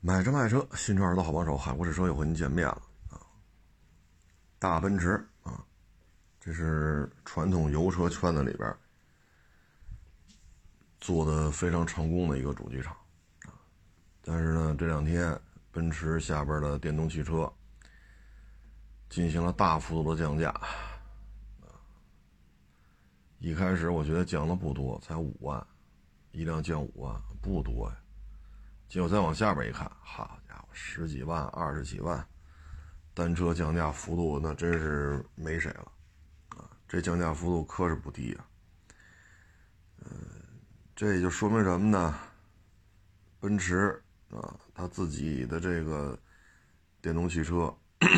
买车卖车，新车耳朵好帮手，海阔试车又和您见面了啊！大奔驰啊，这是传统油车圈子里边做的非常成功的一个主机厂啊。但是呢，这两天奔驰下边的电动汽车进行了大幅度的降价啊。一开始我觉得降的不多，才5万，一辆降5万，不多呀。结果再往下边一看，好家伙，10几万、20几万，单车降价幅度那真是没谁了啊！这降价幅度可是不低啊。这也就说明什么呢？奔驰啊，它自己的这个电动汽车，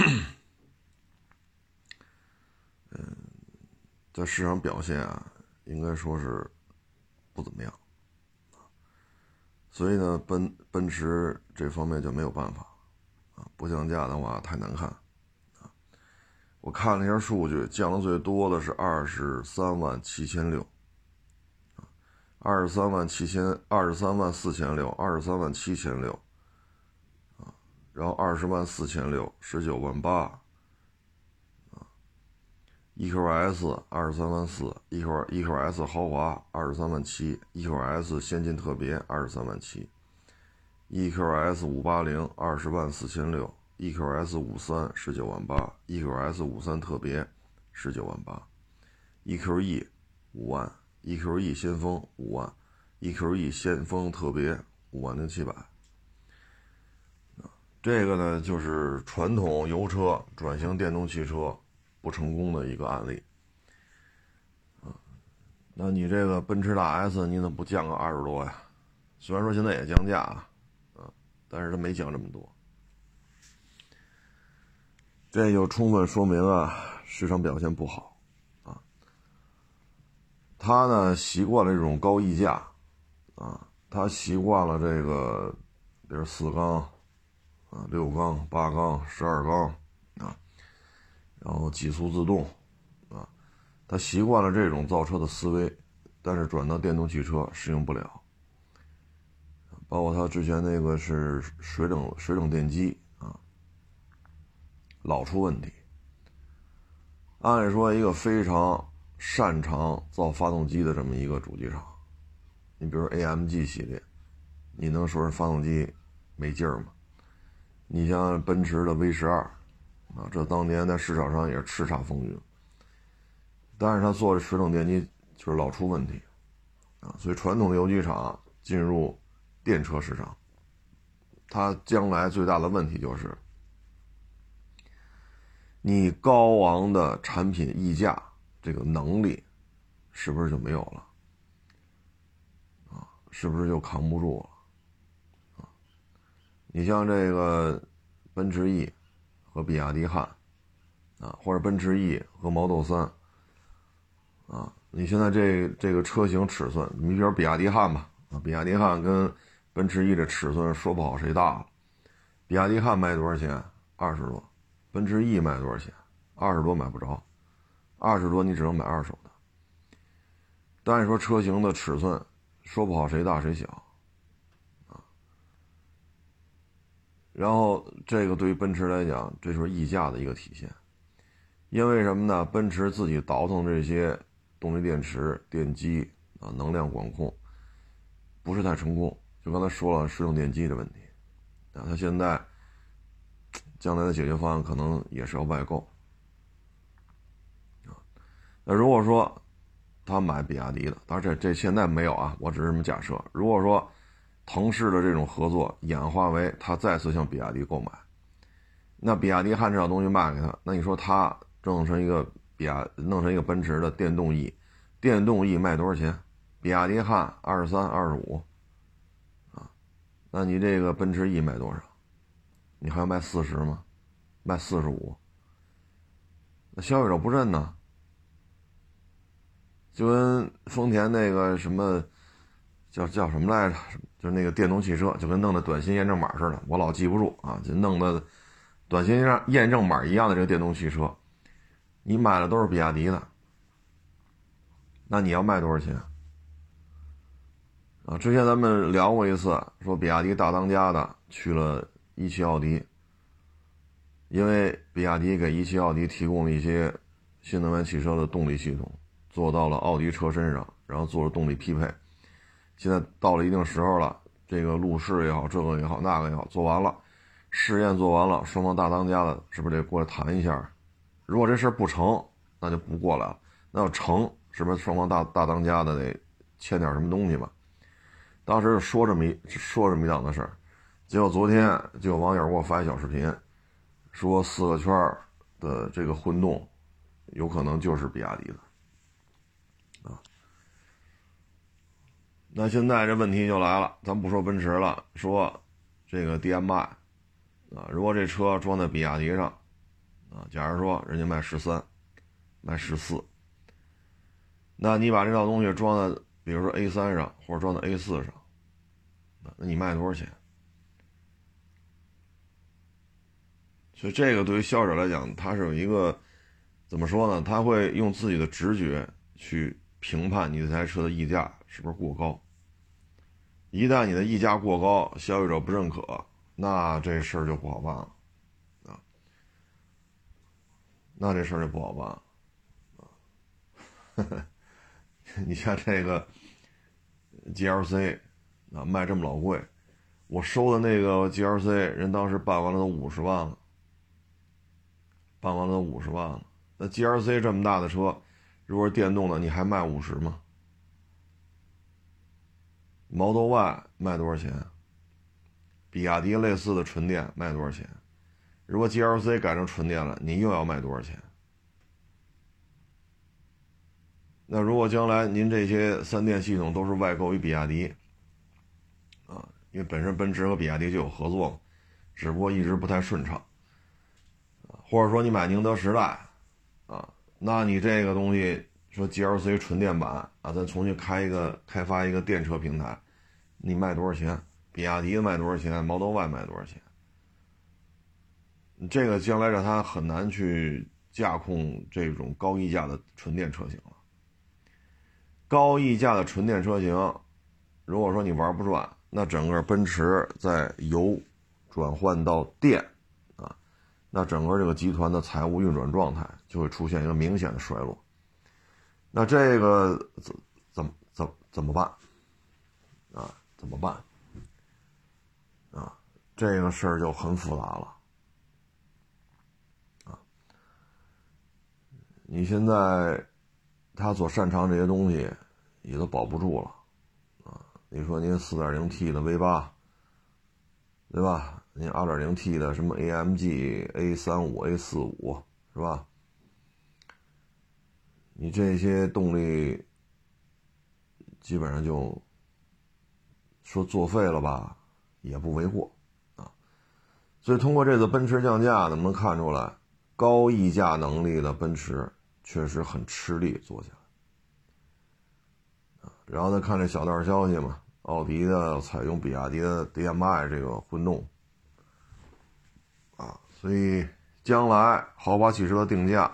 在市场表现啊，应该说是不怎么样。所以呢，奔驰这方面就没有办法啊，不降价的话太难看啊。我看了一下数据，降的最多的是23.76万，23.46000，23.76000啊，然后20.46000，19.8万，EQS 23.4万，EQS 豪华23.7万，EQS 先进特别23.7万，EQS 580 20.46万，EQS 53 19.8万，EQS 53特别19.8万，EQE 5万，EQE 先锋5万，EQE 先锋特别50700。这个呢，就是传统油车转型电动汽车不成功的一个案例。那你这个奔驰大 S 你怎么不降个20多呀？虽然说现在也降价啊，但是它没降这么多。这就充分说明啊，市场表现不好啊。他呢习惯了这种高溢价啊，他习惯了这个，比如4缸啊、6缸、8缸、12缸啊，然后几速自动啊，他习惯了这种造车的思维，但是转到电动汽车适应不了。包括他之前那个是水冷电机啊，老出问题。按理说一个非常擅长造发动机的这么一个主机厂，你比如 AMG 系列，你能说是发动机没劲儿吗？你像奔驰的 V12啊，这当年在市场上也是叱咤风云，但是他做的水冷电机就是老出问题啊，所以传统的油机厂进入电车市场，它将来最大的问题就是你高昂的产品溢价这个能力是不是就没有了啊？是不是就扛不住了啊？你像这个奔驰 E 和比亚迪汉啊，或者奔驰 E 和毛豆3啊，你现在这个车型尺寸，你比如比亚迪汉吧啊，比亚迪汉跟奔驰 E 这尺寸说不好谁大了。比亚迪汉卖多少钱？20多。奔驰 E 卖多少钱？20多买不着，20多你只能买二手的。但是说车型的尺寸说不好谁大谁小啊。然后这个对于奔驰来讲，这就是溢价的一个体现。因为什么呢？奔驰自己倒腾这些动力电池、电机啊、能量管控不是太成功。就刚才说了水冷电机的问题啊，它现在将来的解决方案可能也是要外购啊。那如果说他买比亚迪的，当然这现在没有啊，我只是这么假设。如果说腾势的这种合作演化为他再次向比亚迪购买，那比亚迪汉这套东西卖给他，那你说他弄成一个奔驰的电动 E， 电动 E 卖多少钱？比亚迪汉23、25啊，那你这个奔驰 E 卖多少？你还要卖40吗？卖45，那消费者不认呢。就跟丰田那个什么叫什么来着，就那个电动汽车，就跟弄的短信验证码似的，我老记不住啊，就弄的短信验证码一样的这个电动汽车，你买的都是比亚迪的，那你要卖多少钱啊？之前咱们聊过一次，说比亚迪大当家的去了一汽奥迪，因为比亚迪给一汽奥迪提供了一些新能源汽车的动力系统，做到了奥迪车身上，然后做了动力匹配。现在到了一定时候了，这个路试也好，这个也好，那个也好，做完了，试验做完了，双方大当家的是不是得过来谈一下？如果这事不成，那就不过来了。那要成，是不是双方大当家的得签点什么东西吧？当时说这么一档子事儿，结果昨天就有网友给我发一小视频，说4个圈的这个混动有可能就是比亚迪的啊。那现在这问题就来了，咱不说奔驰了，说这个 DMI 啊，如果这车装在比亚迪上啊，假如说人家卖13，卖14，那你把这套东西装在比如说 A3 上或者装在 A4 上，那你卖多少钱？所以这个对于消费者来讲，他是有一个怎么说呢？他会用自己的直觉去评判你这台车的溢价是不是过高。一旦你的溢价过高，消费者不认可，那这事儿就不好办了啊。那这事儿就不好办了啊。你像这个 GLC 啊，卖这么老贵，我收的那个 GLC 人当时办完了都50万了，办完了都50万了。那 GLC 这么大的车，如果是电动的，你还卖50吗？Model Y 卖多少钱？比亚迪类似的纯电卖多少钱？如果 GLC 改成纯电了，你又要卖多少钱？那如果将来您这些3电系统都是外购于比亚迪啊，因为本身奔驰和比亚迪就有合作，只不过一直不太顺畅，或者说你买宁德时代啊，那你这个东西说 GLC 纯电版啊，咱重新开发一个电车平台，你卖多少钱？比亚迪卖多少钱 ？Model Y 卖多少钱？这个将来让它很难去驾控这种高溢价的纯电车型了。高溢价的纯电车型，如果说你玩不转，那整个奔驰在油转换到电啊，那整个这个集团的财务运转状态就会出现一个明显的衰落。那这个怎么办啊？怎么办啊？这个事儿就很复杂了啊！你现在他所擅长这些东西也都保不住了啊！你说您 4.0T 的 V8， 对吧？您 2.0T 的什么 AMG A35 A45 是吧？你这些动力基本上就说作废了吧，也不为过啊。所以通过这次奔驰降价，能看出来高溢价能力的奔驰确实很吃力做起来。然后再看这小道消息嘛，奥迪的采用比亚迪的 DMI 这个混动啊，所以将来豪华汽车的定价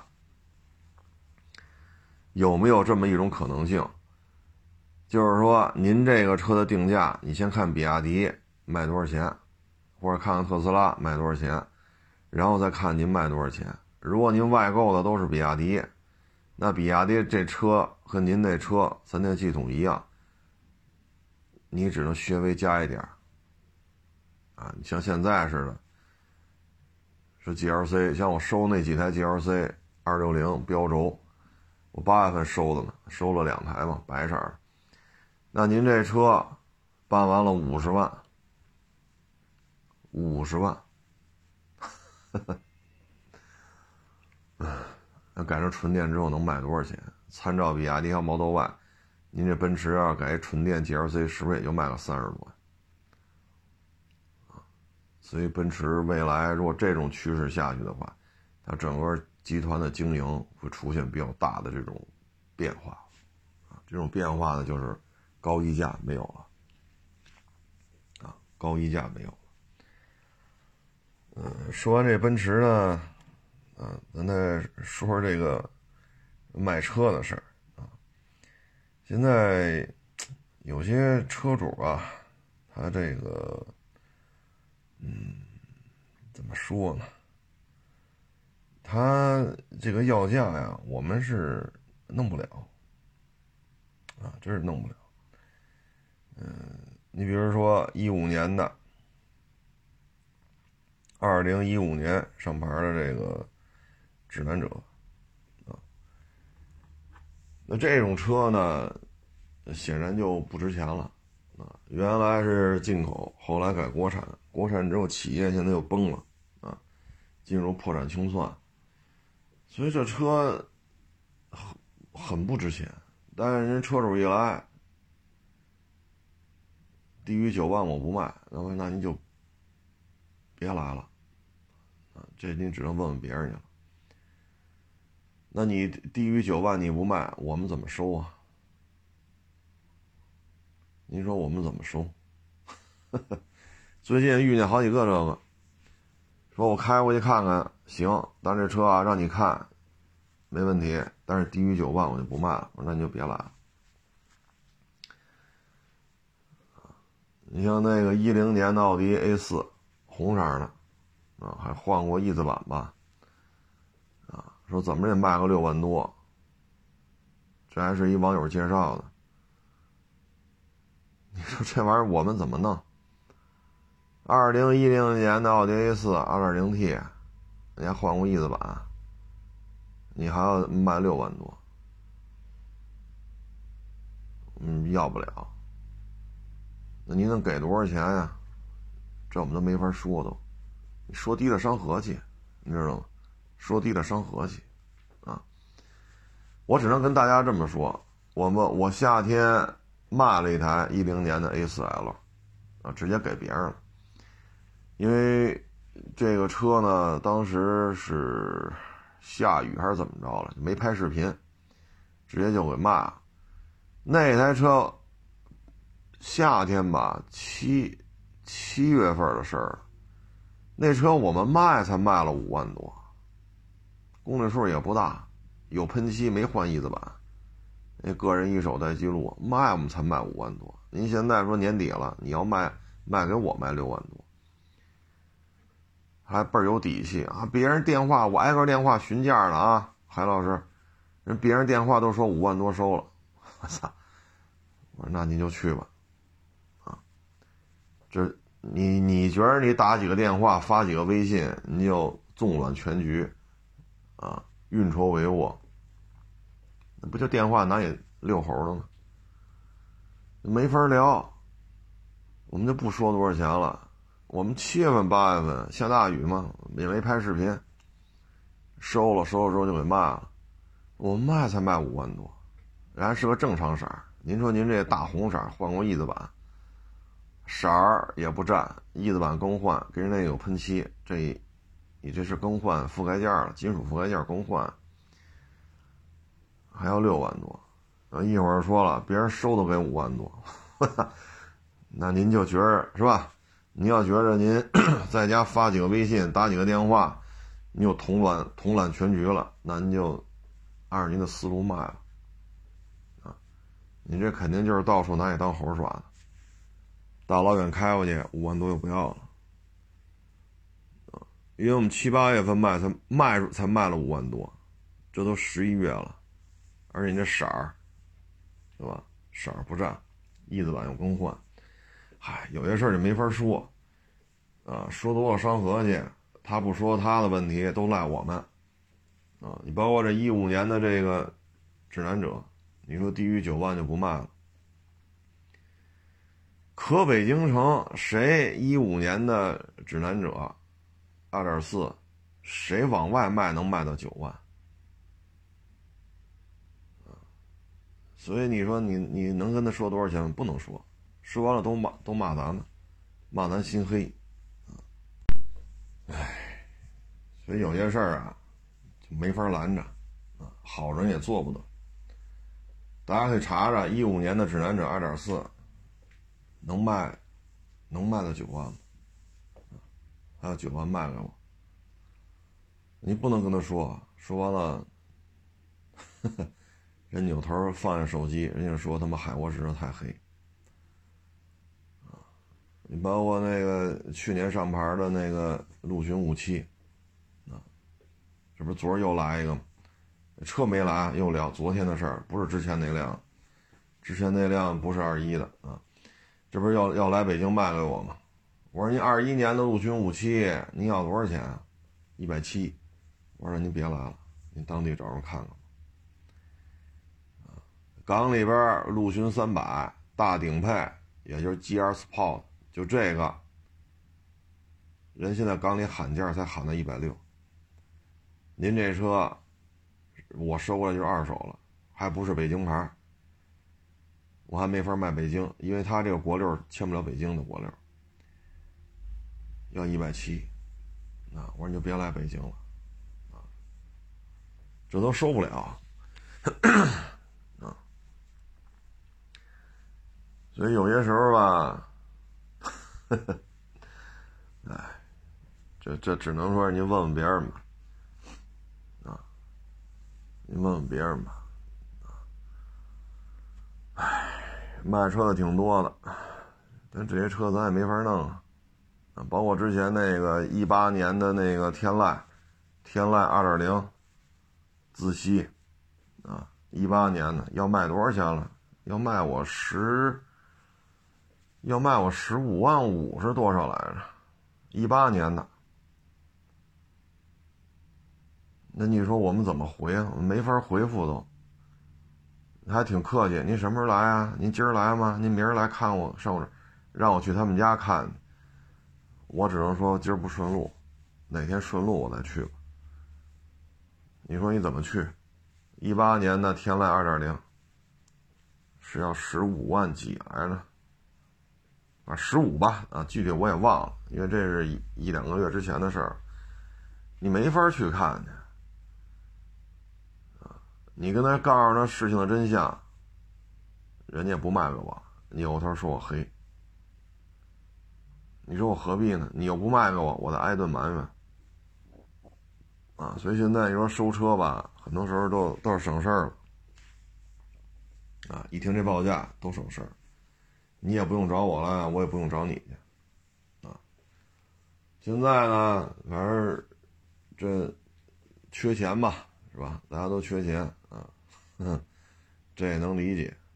有没有这么一种可能性？就是说您这个车的定价，你先看比亚迪卖多少钱，或者看看特斯拉卖多少钱，然后再看您卖多少钱。如果您外购的都是比亚迪，那比亚迪这车和您那车3电系统一样，你只能稍微加一点啊。你像现在似的，是 GLC， 像我收那几台 GLC 260标轴，我8月份收的呢，收了2台嘛，白色儿。那您这车办完了50万，50万，那改成纯电之后能卖多少钱？参照比亚迪和 Model Y， 您这奔驰要改纯电 GLC 是不是也就卖个30多万？所以奔驰未来如果这种趋势下去的话，它整个集团的经营会出现比较大的这种变化啊。这种变化呢，就是高溢价没有了啊，高溢价没有了。说完这奔驰呢，咱再说说这个卖车的事儿啊。现在有些车主啊，他这个怎么说呢？他这个要价呀，我们是弄不了啊，真是弄不了。你比如说2015年上牌的这个指南者啊，那这种车呢，显然就不值钱了啊。原来是进口，后来改国产，国产之后企业现在又崩了啊，进入破产清算，所以这车很不值钱。但是人车主一来，低于9万我不卖，那你就别来了啊，这你只能问问别人去了。那你低于9万你不卖，我们怎么收啊？您说我们怎么收？最近遇见好几个这个，说我开过去看看，行，但这车啊让你看，没问题，但是低于9万我就不卖了。我说那你就别来了。你像那个10年的奥迪 A4，红色的，啊，还换过翼子板吧，啊，说怎么也卖个6万多，这还是一网友介绍的。你说这玩意儿我们怎么弄？2010年的奥迪 A4 2.0T， 你还换过翼子板，你还要卖6万多，要不了。那您能给多少钱呀？这我们都没法说都。你说低了伤和气，你知道吗？说低了伤和气啊。我只能跟大家这么说，我夏天卖了一台10年的 A4L 啊，直接给别人了。因为这个车呢，当时是下雨还是怎么着了，没拍视频，直接就给卖了。那台车夏天吧，七月份的事儿，那车我们才卖了5万多，公里数也不大，有喷漆没换翼子板，那个人一手带记录，我们才卖5万多。您现在说年底了，你要卖给我卖6万多，还倍儿有底气啊！别人电话我挨个电话询价了啊，海老师，人别人电话都说5万多收了，我操！我说那你就去吧，啊，这你觉得你打几个电话发几个微信你就纵乱全局啊，运筹帷幄，那不就电话拿你遛猴了吗？没法聊，我们就不说多少钱了。我们7月份8月份下大雨嘛，也没拍视频，收了之后就给卖了。我们才卖5万多，人还是个正常色儿。您说您这大红色换过翼子板，色儿也不占，翼子板更换，跟人那有喷漆，你这是更换覆盖件了，金属覆盖件更换，还要6万多。一会儿说了，别人收都给5万多，那您就觉着是吧？你要觉着您在家发几个微信，打几个电话，你就统揽全局了，那您就按照您的思路卖了啊！你这肯定就是到处拿你当猴耍的，大老远开过去5万多又不要了啊！因为我们7、8月份才卖了5万多，这都11月了，而且你这色儿，对吧？色儿不占，翼子板又更换。嗨，有些事儿就没法说，啊，说多了伤和气，他不说他的问题，都赖我们，啊，你包括这15年的这个指南者，你说低于9万就不卖了，可北京城谁15年的指南者2.4，谁往外卖能卖到9万？所以你说你能跟他说多少钱？不能说，说完了都骂咱们，骂咱心黑。唉，所以有些事儿啊，就没法拦着啊，好人也做不得。大家可以查查15年的指南者2.4，能卖到9万吗？还有9万卖给我，你不能跟他说完了，人扭头放下手机，人家说他妈海沃石头太黑。 你包括那个去年上牌的那个陆巡57，啊，这不是昨儿又来一个吗？车没来又聊昨天的事儿，不是之前那辆，之前那辆不是21的啊，这不是要来北京卖给我吗？我说您21年的陆巡57，您要多少钱啊？170。我说您别来了，您当地找人看看。港里边陆巡300大顶配，也就是 GR Sport， 就这个人现在港里喊价才喊到160。您这车我收过来就是二手了，还不是北京牌，我还没法卖北京，因为他这个国六签不了北京的国六，要170。我说你就别来北京了，这都收不了。所以有些时候吧，哎，这只能说您问问别人吧，您问问别人吧，卖车的挺多的，但这些车咱也没法弄啊，包括之前那个18年的那个天籁 2.0 自吸18年的要卖多少钱了？要卖我15.5万是多少来着？18年的。那你说我们怎么回啊？我们没法回复都。还挺客气，您什么时候来啊？您今儿来吗？您明儿来看我，让我去他们家看。我只能说今儿不顺路，哪天顺路我再去吧。你说你怎么去？18年的天籁 2.0 是要15万几来着？15吧，具体我也忘了，因为这是一两个月之前的事儿，你没法去看去。你跟他告诉他事情的真相，人家也不卖给我，你有头说我黑，你说我何必呢？你又不卖给我，我再挨顿埋怨所以现在你说收车吧，很多时候都是省事儿了一听这报价都省事儿，你也不用找我了，我也不用找你去现在呢，反正这缺钱吧，是吧？大家都缺钱这也能理解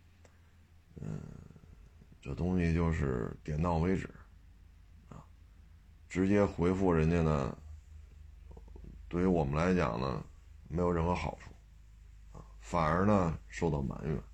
这东西就是点到为止直接回复人家呢，对于我们来讲呢，没有任何好处反而呢受到埋怨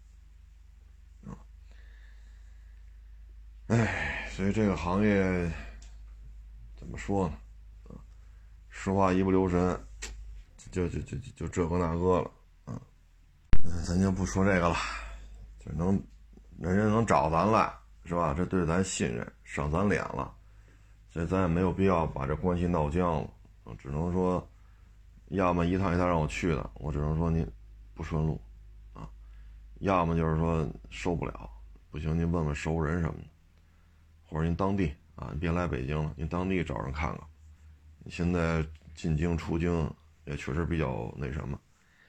所以这个行业怎么说呢？说话一不留神，就这个那个了咱就不说这个了，就人家能找咱来，是吧？这对咱信任，赏咱脸了，所以咱也没有必要把这关系闹僵了。只能说，要么一趟一趟让我去的，我只能说您不顺路要么就是说收不了，不行您问问熟人什么的，或者您当地你别来北京了，您当地找人看看。你现在进京出京也确实比较那什么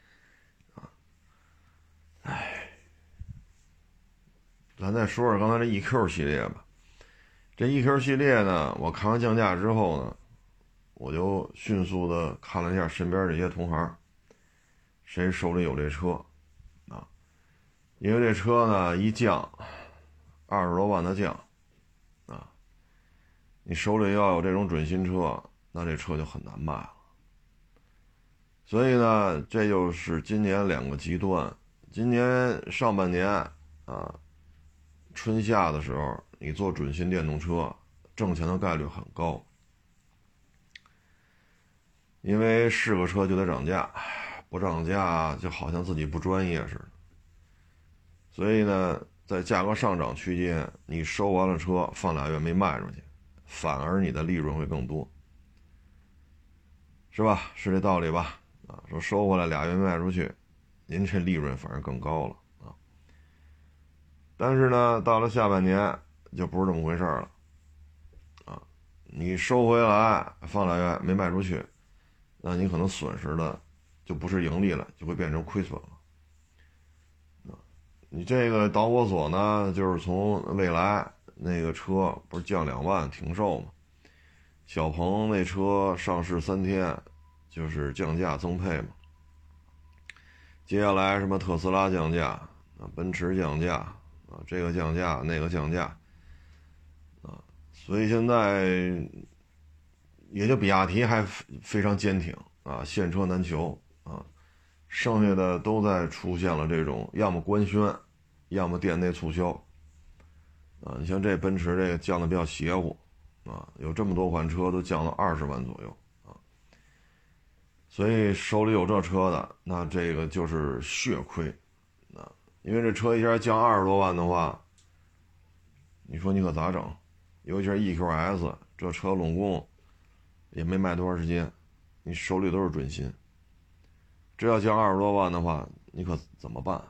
咱再说说刚才这 EQ 系列吧。这 EQ 系列呢，我看完降价之后呢，我就迅速的看了一下身边这些同行，谁手里有这车因为这车呢一降20多万的降你手里要有这种准新车，那这车就很难卖了。所以呢，这就是今年两个极端。今年上半年春夏的时候，你做准新电动车挣钱的概率很高，因为是个车就得涨价，不涨价就好像自己不专业似的。所以呢，在价格上涨区间，你收完了车放2月没卖出去，反而你的利润会更多，是吧？是这道理吧？说收回来2月没卖出去，您这利润反而更高了但是呢，到了下半年就不是这么回事了你收回来放2月没卖出去，那你可能损失的就不是盈利了，就会变成亏损了你这个导火索呢，就是从蔚来那个车不是降2万停售吗？小鹏那车上市3天就是降价增配嘛。接下来什么特斯拉降价啊，奔驰降价啊，这个降价那个降价啊，所以现在也就比亚迪还非常坚挺啊，现车难求啊，剩下的都在出现了这种要么官宣，要么店内促销啊。你像这奔驰这个降的比较邪乎啊，有这么多款车都降到20万左右啊，所以手里有这车的，那这个就是血亏啊，因为这车一下降20多万的话，你说你可咋整？尤其是 EQS 这车拢共也没卖多长时间，你手里都是准新，这要降20多万的话，你可怎么办？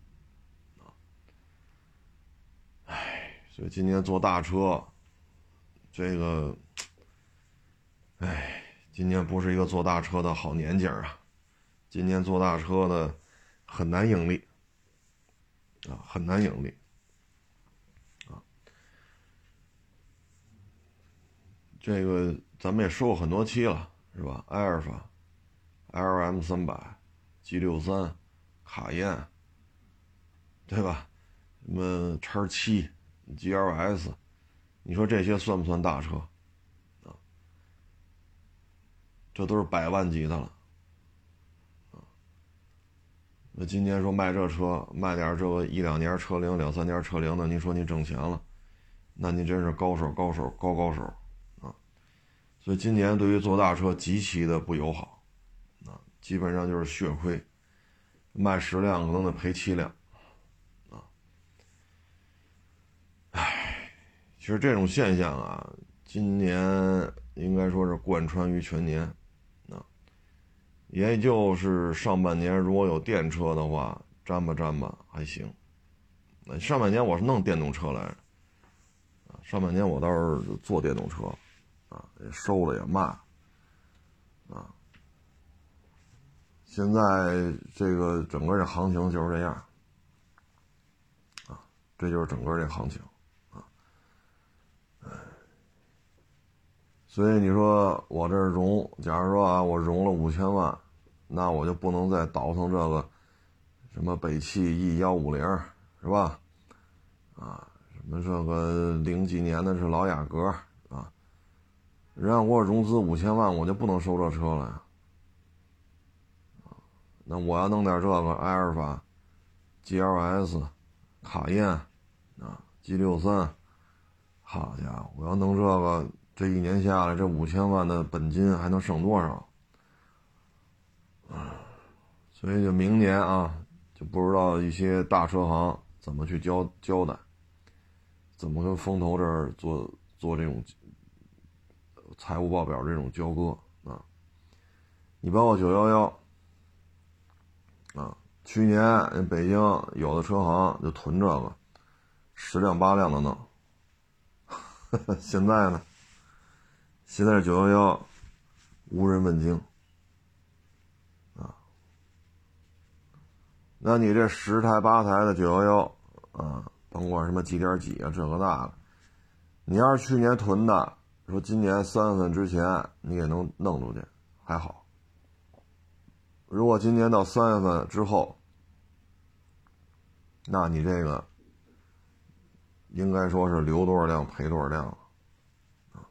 唉，所以今年做大车，这个，唉，今年不是一个做大车的好年景啊，今年做大车的很难盈利啊，很难盈利啊。这个咱们也说过很多期了，是吧？埃尔法、LM300、G63、卡宴，对吧？什么X7、GLS， 你说这些算不算大车啊？这都是100万级的了啊。那今年说卖这车，卖点这个1-2年车龄、2-3年车龄的，你说你挣钱了，那你真是高手啊！所以今年对于做大车极其的不友好啊，基本上就是血亏，卖10辆可能得赔7辆啊。唉，其实这种现象啊，今年应该说是贯穿于全年啊，也就是上半年如果有电车的话，沾吧还行。那上半年我是弄电动车来着，上半年我倒是做电动车啊，也收了也卖啊。现在这个整个这行情就是这样啊，这就是整个这行情啊。所以你说我这融，假如说啊，我融了5000万，那我就不能再倒腾这个什么北汽 E150是吧？啊，什么这个零几年的是老雅阁啊，人家给我融资5000万，我就不能收这车了呀。那我要弄点这个埃尔法、GLS、卡宴啊、G63，好家伙，我要弄这个，这一年下来，这5000万的本金还能剩多少？所以就明年啊，就不知道一些大车行怎么去交代，怎么跟风投这儿做这种财务报表这种交割啊。你包括911啊，去年北京有的车行就囤这个10辆8辆的弄，现在呢？现在911无人问津啊，那你这10台8台的911啊，甭管什么几点几啊，这个那个，你要是去年囤的，说今年3月份之前你也能弄出去，还好。如果今年到3月份之后，那你这个应该说是留多少辆赔多少辆了啊！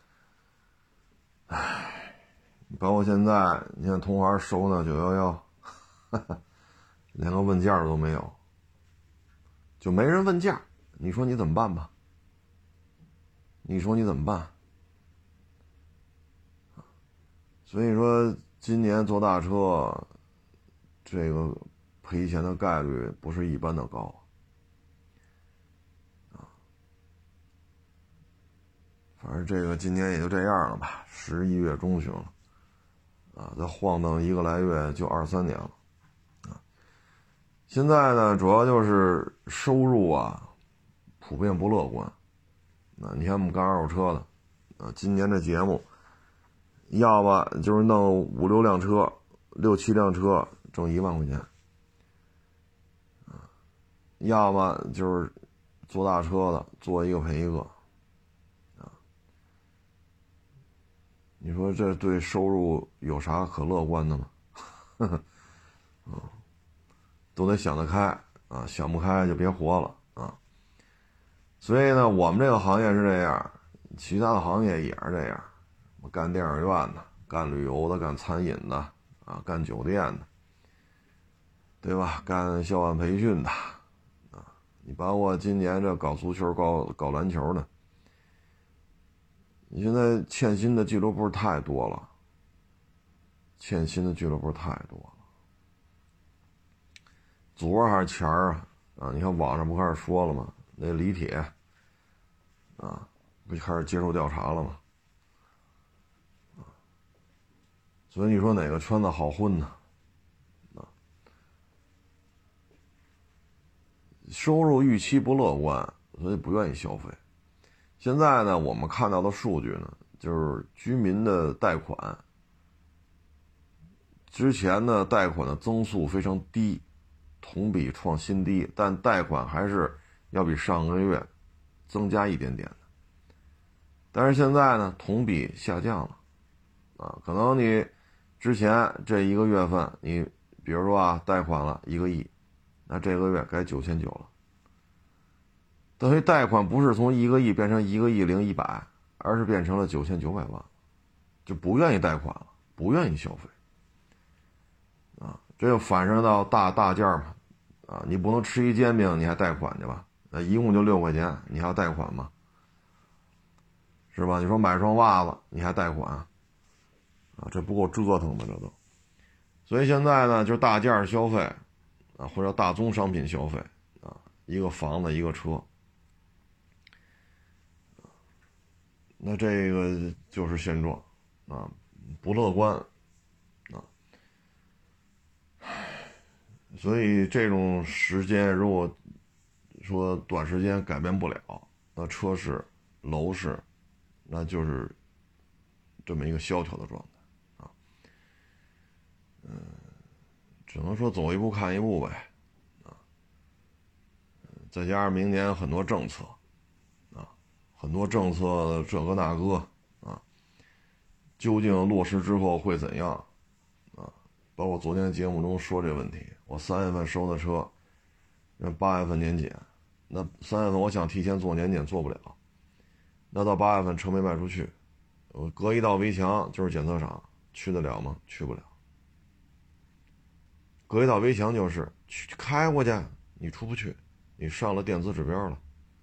唉，包括现在你看同行收那911，连个问价都没有，就没人问价，你说你怎么办吧？你说你怎么办？所以说今年做大车，这个赔钱的概率不是一般的高啊。反正这个今年也就这样了吧，11月中旬了啊，再晃荡1个来月就23年了啊。现在呢，主要就是收入啊，普遍不乐观。你看我们干二手车的啊，今年这节目，要么就是弄5、6辆车，6、7辆车挣1万块钱，要么就是坐大车的坐一个赔一个啊，你说这对收入有啥可乐观的吗？都得想得开啊，想不开就别活了啊。所以呢，我们这个行业是这样，其他的行业也是这样，干电影院的，干旅游的，干餐饮的啊，干酒店的，对吧？干校外培训的啊，你包括今年这搞足球、搞篮球的，你现在欠薪的俱乐部太多了，欠薪的俱乐部太多了。昨儿还是前儿啊，你看网上不开始说了吗？那李铁啊，不就开始接受调查了吗？所以你说哪个圈子好混呢？啊，收入预期不乐观，所以不愿意消费。现在呢，我们看到的数据呢，就是居民的贷款，之前呢贷款的增速非常低，同比创新低，但贷款还是要比上个月增加一点点的。但是现在呢，同比下降了，啊，可能你之前这一个月份，你比如说啊，贷款了1个亿，那这个月该9900了，等于贷款不是从1个亿变成1个亿0100，而是变成了9900万，就不愿意贷款了，不愿意消费，啊，这就反射到大件嘛，啊，你不能吃一煎饼你还贷款去吧？那一共就6块钱，你还要贷款吗？是吧？你说买双袜子你还贷款啊？这不够折腾吗？这都。所以现在呢，就是大件消费啊，或者大宗商品消费啊，一个房子一个车，那这个就是现状啊，不乐观啊。所以这种时间如果说短时间改变不了，那车市、楼市，那就是这么一个萧条的状态啊。只能说走一步看一步呗，啊，再加上明年很多政策，啊，很多政策这个那个啊，究竟落实之后会怎样啊？包括昨天节目中说这个问题，我3月份收的车，人8月份年检，那3月份我想提前做年检做不了，那到8月份车没卖出去，我隔一道围墙就是检测厂，去得了吗？去不了。隔一道围墙就是去开过去，你出不去，你上了电子指标了，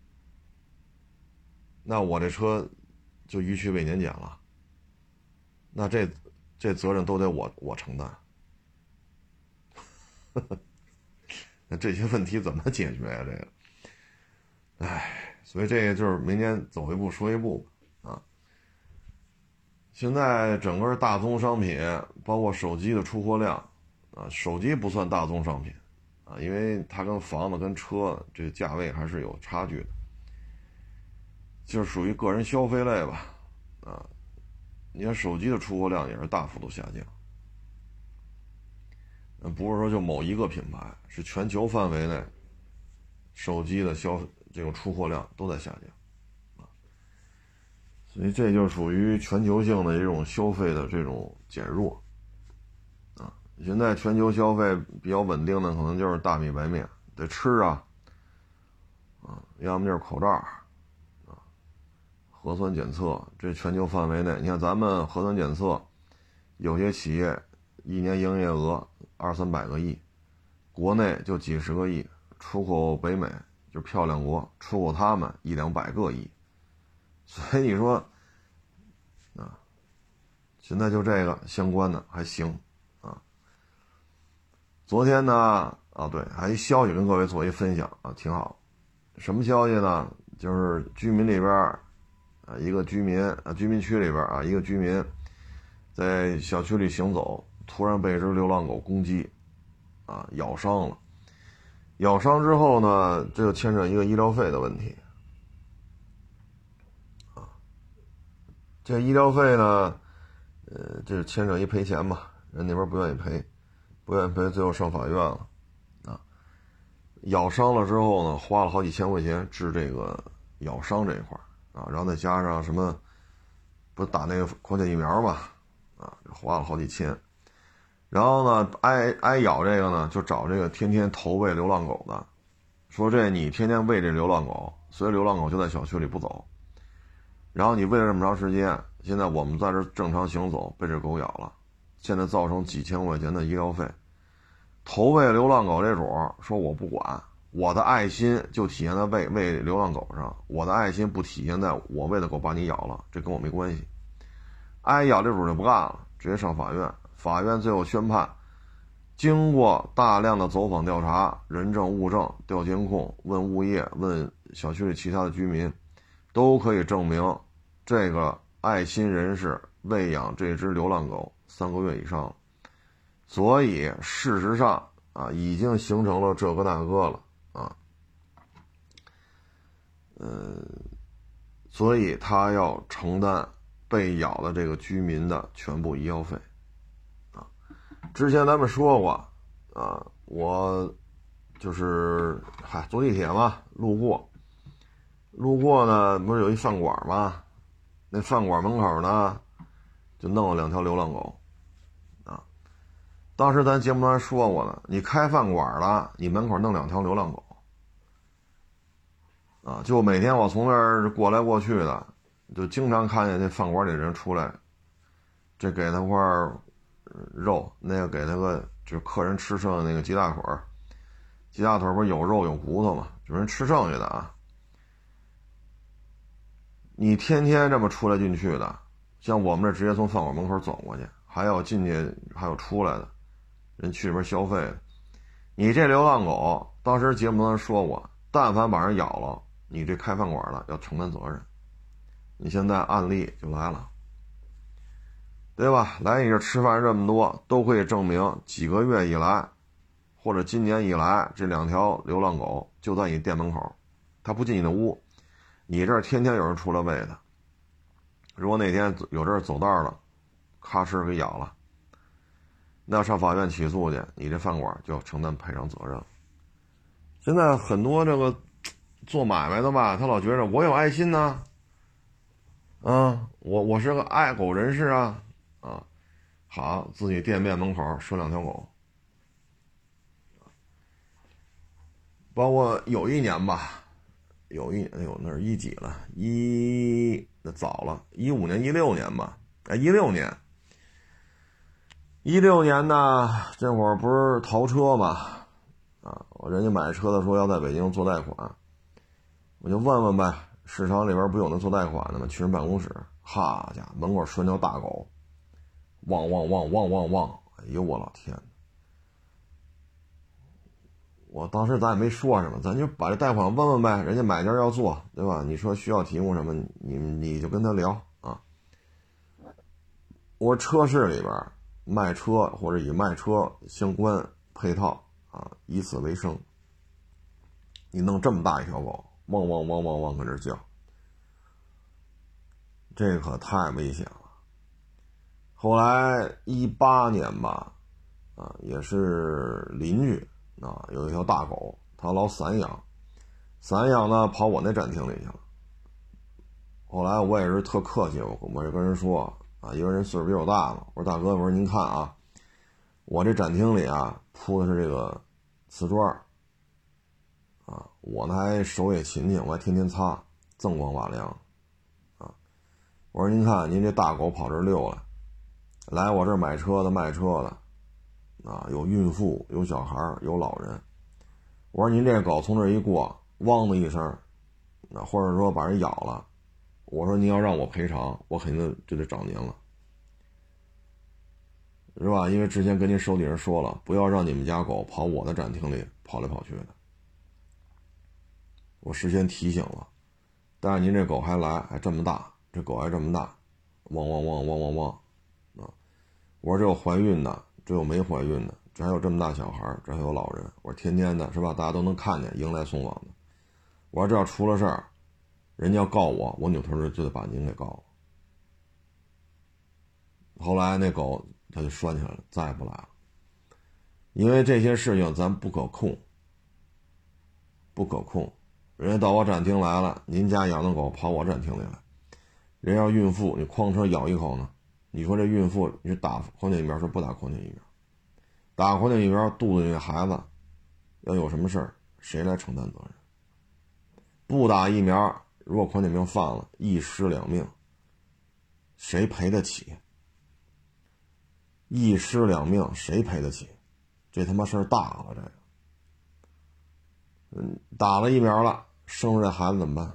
那我这车就逾期未年检了，那这责任都得我承担。那这些问题怎么解决呀？这个，所以这个就是明年走一步说一步啊。现在整个大宗商品，包括手机的出货量啊，手机不算大宗商品啊，因为它跟房子跟车这个价位还是有差距的，就是属于个人消费类吧啊。你看手机的出货量也是大幅度下降，不是说就某一个品牌，是全球范围内手机的这种出货量都在下降啊，所以这就属于全球性的这种消费的这种减弱啊。现在全球消费比较稳定的可能就是大米白面，得吃啊，要么就是口罩啊，核酸检测，这全球范围内，你看咱们核酸检测，有些企业一年营业额200-300个亿，国内就几十个亿，出口北美就漂亮国，出口他们100-200个亿，所以你说啊，现在就这个相关的还行啊。昨天呢对，还一消息跟各位做一分享啊，挺好。什么消息呢？就是居民里边一个居民区里边一个居民在小区里行走，突然被一只流浪狗攻击咬伤了。咬伤之后呢，这就牵扯一个医疗费的问题这医疗费呢这牵扯一赔钱嘛，人那边不愿意赔，最后上法院了咬伤了之后呢，花了好几千块钱治这个咬伤这一块啊，然后再加上什么，不打那个狂犬疫苗嘛，啊，花了好几千。然后呢，挨咬这个呢，就找这个天天投喂流浪狗的，说这你天天喂这流浪狗，所以流浪狗就在小区里不走。然后你喂了这么长时间，现在我们在这正常行走，被这狗咬了，现在造成几千块钱的医疗费。投喂流浪狗这主说我不管，我的爱心就体现在喂流浪狗上，我的爱心不体现在我喂的狗把你咬了，这跟我没关系。挨咬这主就不干了，直接上法院。法院最后宣判，经过大量的走访调查、人证物证、调监控、问物业、问小区里其他的居民，都可以证明这个爱心人士喂养这只流浪狗3个月以上了。所以事实上啊，已经形成了这个那个了啊，所以他要承担被咬的这个居民的全部医药费啊。之前咱们说过啊，我就是坐地铁嘛，路过呢，不是有一饭馆吗？那饭馆门口呢，就弄了2条流浪狗。当时咱节目上说过呢，你开饭馆了，你门口弄2条流浪狗啊！就每天我从那儿过来过去的，就经常看见这饭馆里人出来，这给他块肉，那个给他个就是客人吃剩的那个鸡大腿，鸡大腿不是有肉有骨头嘛，就是人吃剩下的啊。你天天这么出来进去的，像我们这直接从饭馆门口走过去，还有进去还有出来的。人去里边消费的，你这流浪狗，当时节目上说过，但凡把人咬了，你这开饭馆的要承担责任。你现在案例就来了，对吧？来你这吃饭这么多，都可以证明几个月以来，或者今年以来，这2条流浪狗就在你店门口，它不进你的屋，你这儿天天有人出来喂它。如果哪天有这儿走道了，咔哧给咬了，那要上法院起诉去，你这饭馆就要承担赔偿责任。现在很多这个做买卖的吧，他老觉着我有爱心呢，我是个爱狗人士啊，好，自己店面门口拴2条狗。包括有一年吧，哎呦那是几了，那早了，15年16年吧，16年。16年呢，这会儿不是淘车嘛，人家买车的说要在北京做贷款，我就问问呗，市场里边不有那做贷款的吗？去人办公室，哈家伙，门口拴条大狗，汪汪汪汪汪汪，哎呦我老天！我当时咱也没说什么，咱就把这贷款问问呗，人家买家要做，对吧？你说需要提供什么，你就跟他聊啊。我说车市里边卖车或者以卖车相关配套啊，以此为生。你弄这么大一条狗，汪汪汪汪汪搁这叫，这可太危险了。后来18年吧，也是邻居有一条大狗，他老散养呢跑我那展厅里去了。后来我也是特客气，我就跟人说因为人岁数比我大嘛，我说大哥，我说您看啊，我这展厅里铺的是这个瓷砖我呢还手也勤勤，我还天天擦，锃光瓦亮我说您看您这大狗跑这儿溜来我这儿买车的卖车的有孕妇有小孩有老人，我说您这狗从这儿一过，汪的一声或者说把人咬了，我说您要让我赔偿，我肯定就得找您了，是吧？因为之前跟您手底下说了，不要让你们家狗跑我的展厅里跑来跑去的，我事先提醒了。但是您这狗还来，还这么大，这狗还这么大，汪汪汪汪汪汪我说这有怀孕的，这有没怀孕的，这还有这么大小孩，这还有老人，我说天天的是吧，大家都能看见迎来送往的，我说这要出了事儿，人家要告我，我扭头就得把您给告了。后来那狗他就拴起来了，再也不来了。因为这些事情咱不可控不可控。人家到我展厅来了，您家养的狗跑我展厅里来，人要孕妇，你哐车咬一口呢？你说这孕妇，你是打狂犬疫苗是不打狂犬疫苗？打狂犬疫苗，肚子里的孩子要有什么事儿，谁来承担责任？不打疫苗，如果狂犬病犯了，一尸两命，谁赔得起？一尸两命，谁赔得起？这他妈事儿大了，这个。打了疫苗了，生出这孩子怎么办？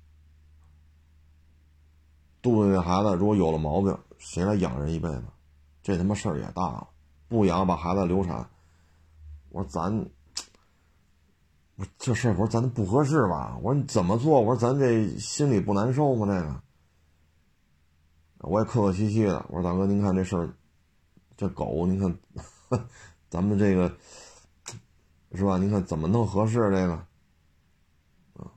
肚子里的孩子如果有了毛病，谁来养人一辈子？这他妈事儿也大了。不养把孩子流产，我说这事儿我说咱不合适吧？我说你怎么做？我说咱这心里不难受吗？这个，我也客客气气的。我说大哥，您看这事儿，这狗您看，咱们这个是吧？您看怎么弄合适这个？啊，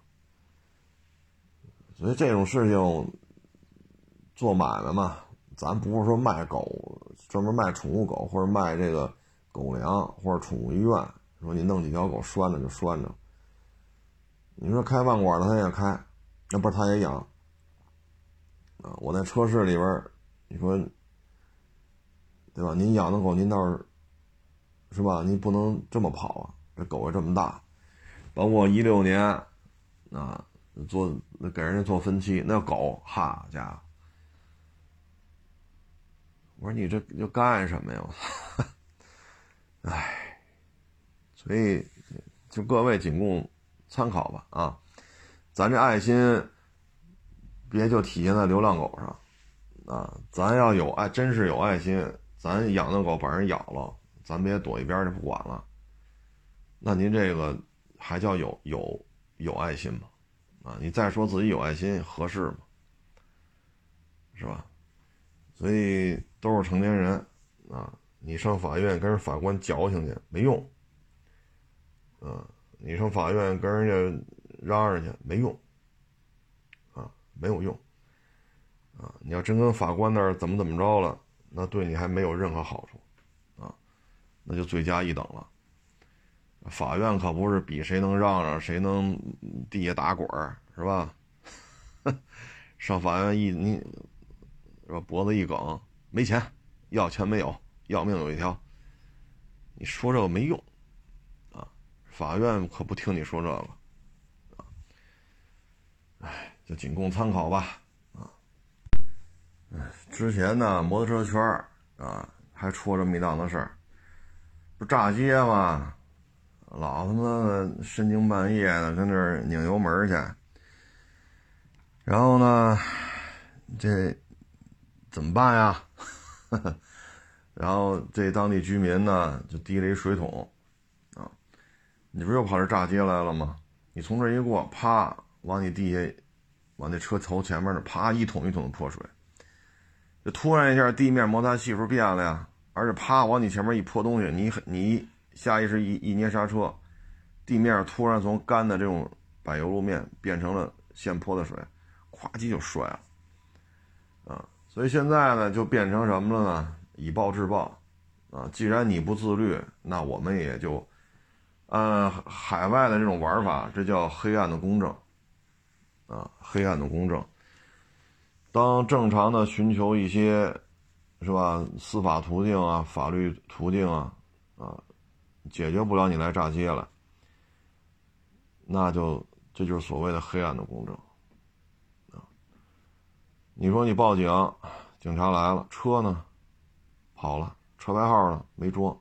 所以这种事情做买卖嘛，咱不是说卖狗，专门卖宠物狗或者卖这个狗粮或者宠物医院，说你弄几条狗拴着就拴着。你说开饭馆的他也开，那不是他也养啊？我在车市里边，你说对吧？您养的狗您倒是吧？您不能这么跑啊！这狗也这么大，包括16年啊，给人家做分期，那狗哈家伙，我说你这要干什么呀？唉，所以就各位仅供参考吧啊！咱这爱心别就体现在流浪狗上啊！咱要有爱，真是有爱心，咱养的狗把人咬了，咱别躲一边就不管了。那您这个还叫有爱心吗？啊，你再说自己有爱心合适吗？是吧？所以都是成年人啊，你上法院跟人法官矫情去没用，你上法院跟人家嚷嚷去没用，啊，没有用，啊，你要真跟法官那儿怎么着了，那对你还没有任何好处，啊，那就罪加一等了。法院可不是比谁能嚷嚷谁能地下打滚是吧？上法院你是吧，脖子一梗，没钱，要钱没有，要命有一条。你说这个没用啊，法院可不听你说这个啊。哎，就仅供参考吧啊。之前呢，摩托车圈啊还出这么一档子事儿，不炸街吗？老他妈的深更半夜的跟这儿拧油门去，然后呢，这怎么办呀？然后这当地居民呢就提了一水桶啊，你不是又跑这炸街来了吗？你从这一过，啪往你地下，往那车头前面呢，啪一桶一桶的泼水，就突然一下地面摩擦系数变了呀，而且啪往你前面一泼东西，你下意识一捏刹车，地面突然从干的这种柏油路面变成了现泼的水，咵叽就摔了啊！所以现在呢就变成什么了呢？以暴制暴啊！既然你不自律，那我们也就按海外的这种玩法，这叫黑暗的公正啊，黑暗的公正。当正常的寻求一些是吧司法途径啊、法律途径啊解决不了你来炸街了，那这就是所谓的黑暗的公正啊！你说你报警，警察来了，车呢跑了，车牌号呢没捉，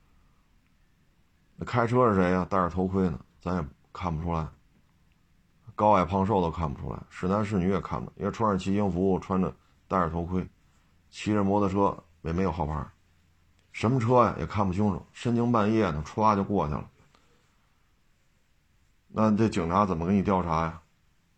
那开车是谁呀？戴着头盔呢，咱也看不出来，高矮胖瘦都看不出来，是男是女也看不，因为穿着骑行服，穿着戴着头盔，骑着摩托车也没有号牌，什么车呀也看不清楚，深更半夜呢，歘就过去了。那这警察怎么给你调查呀？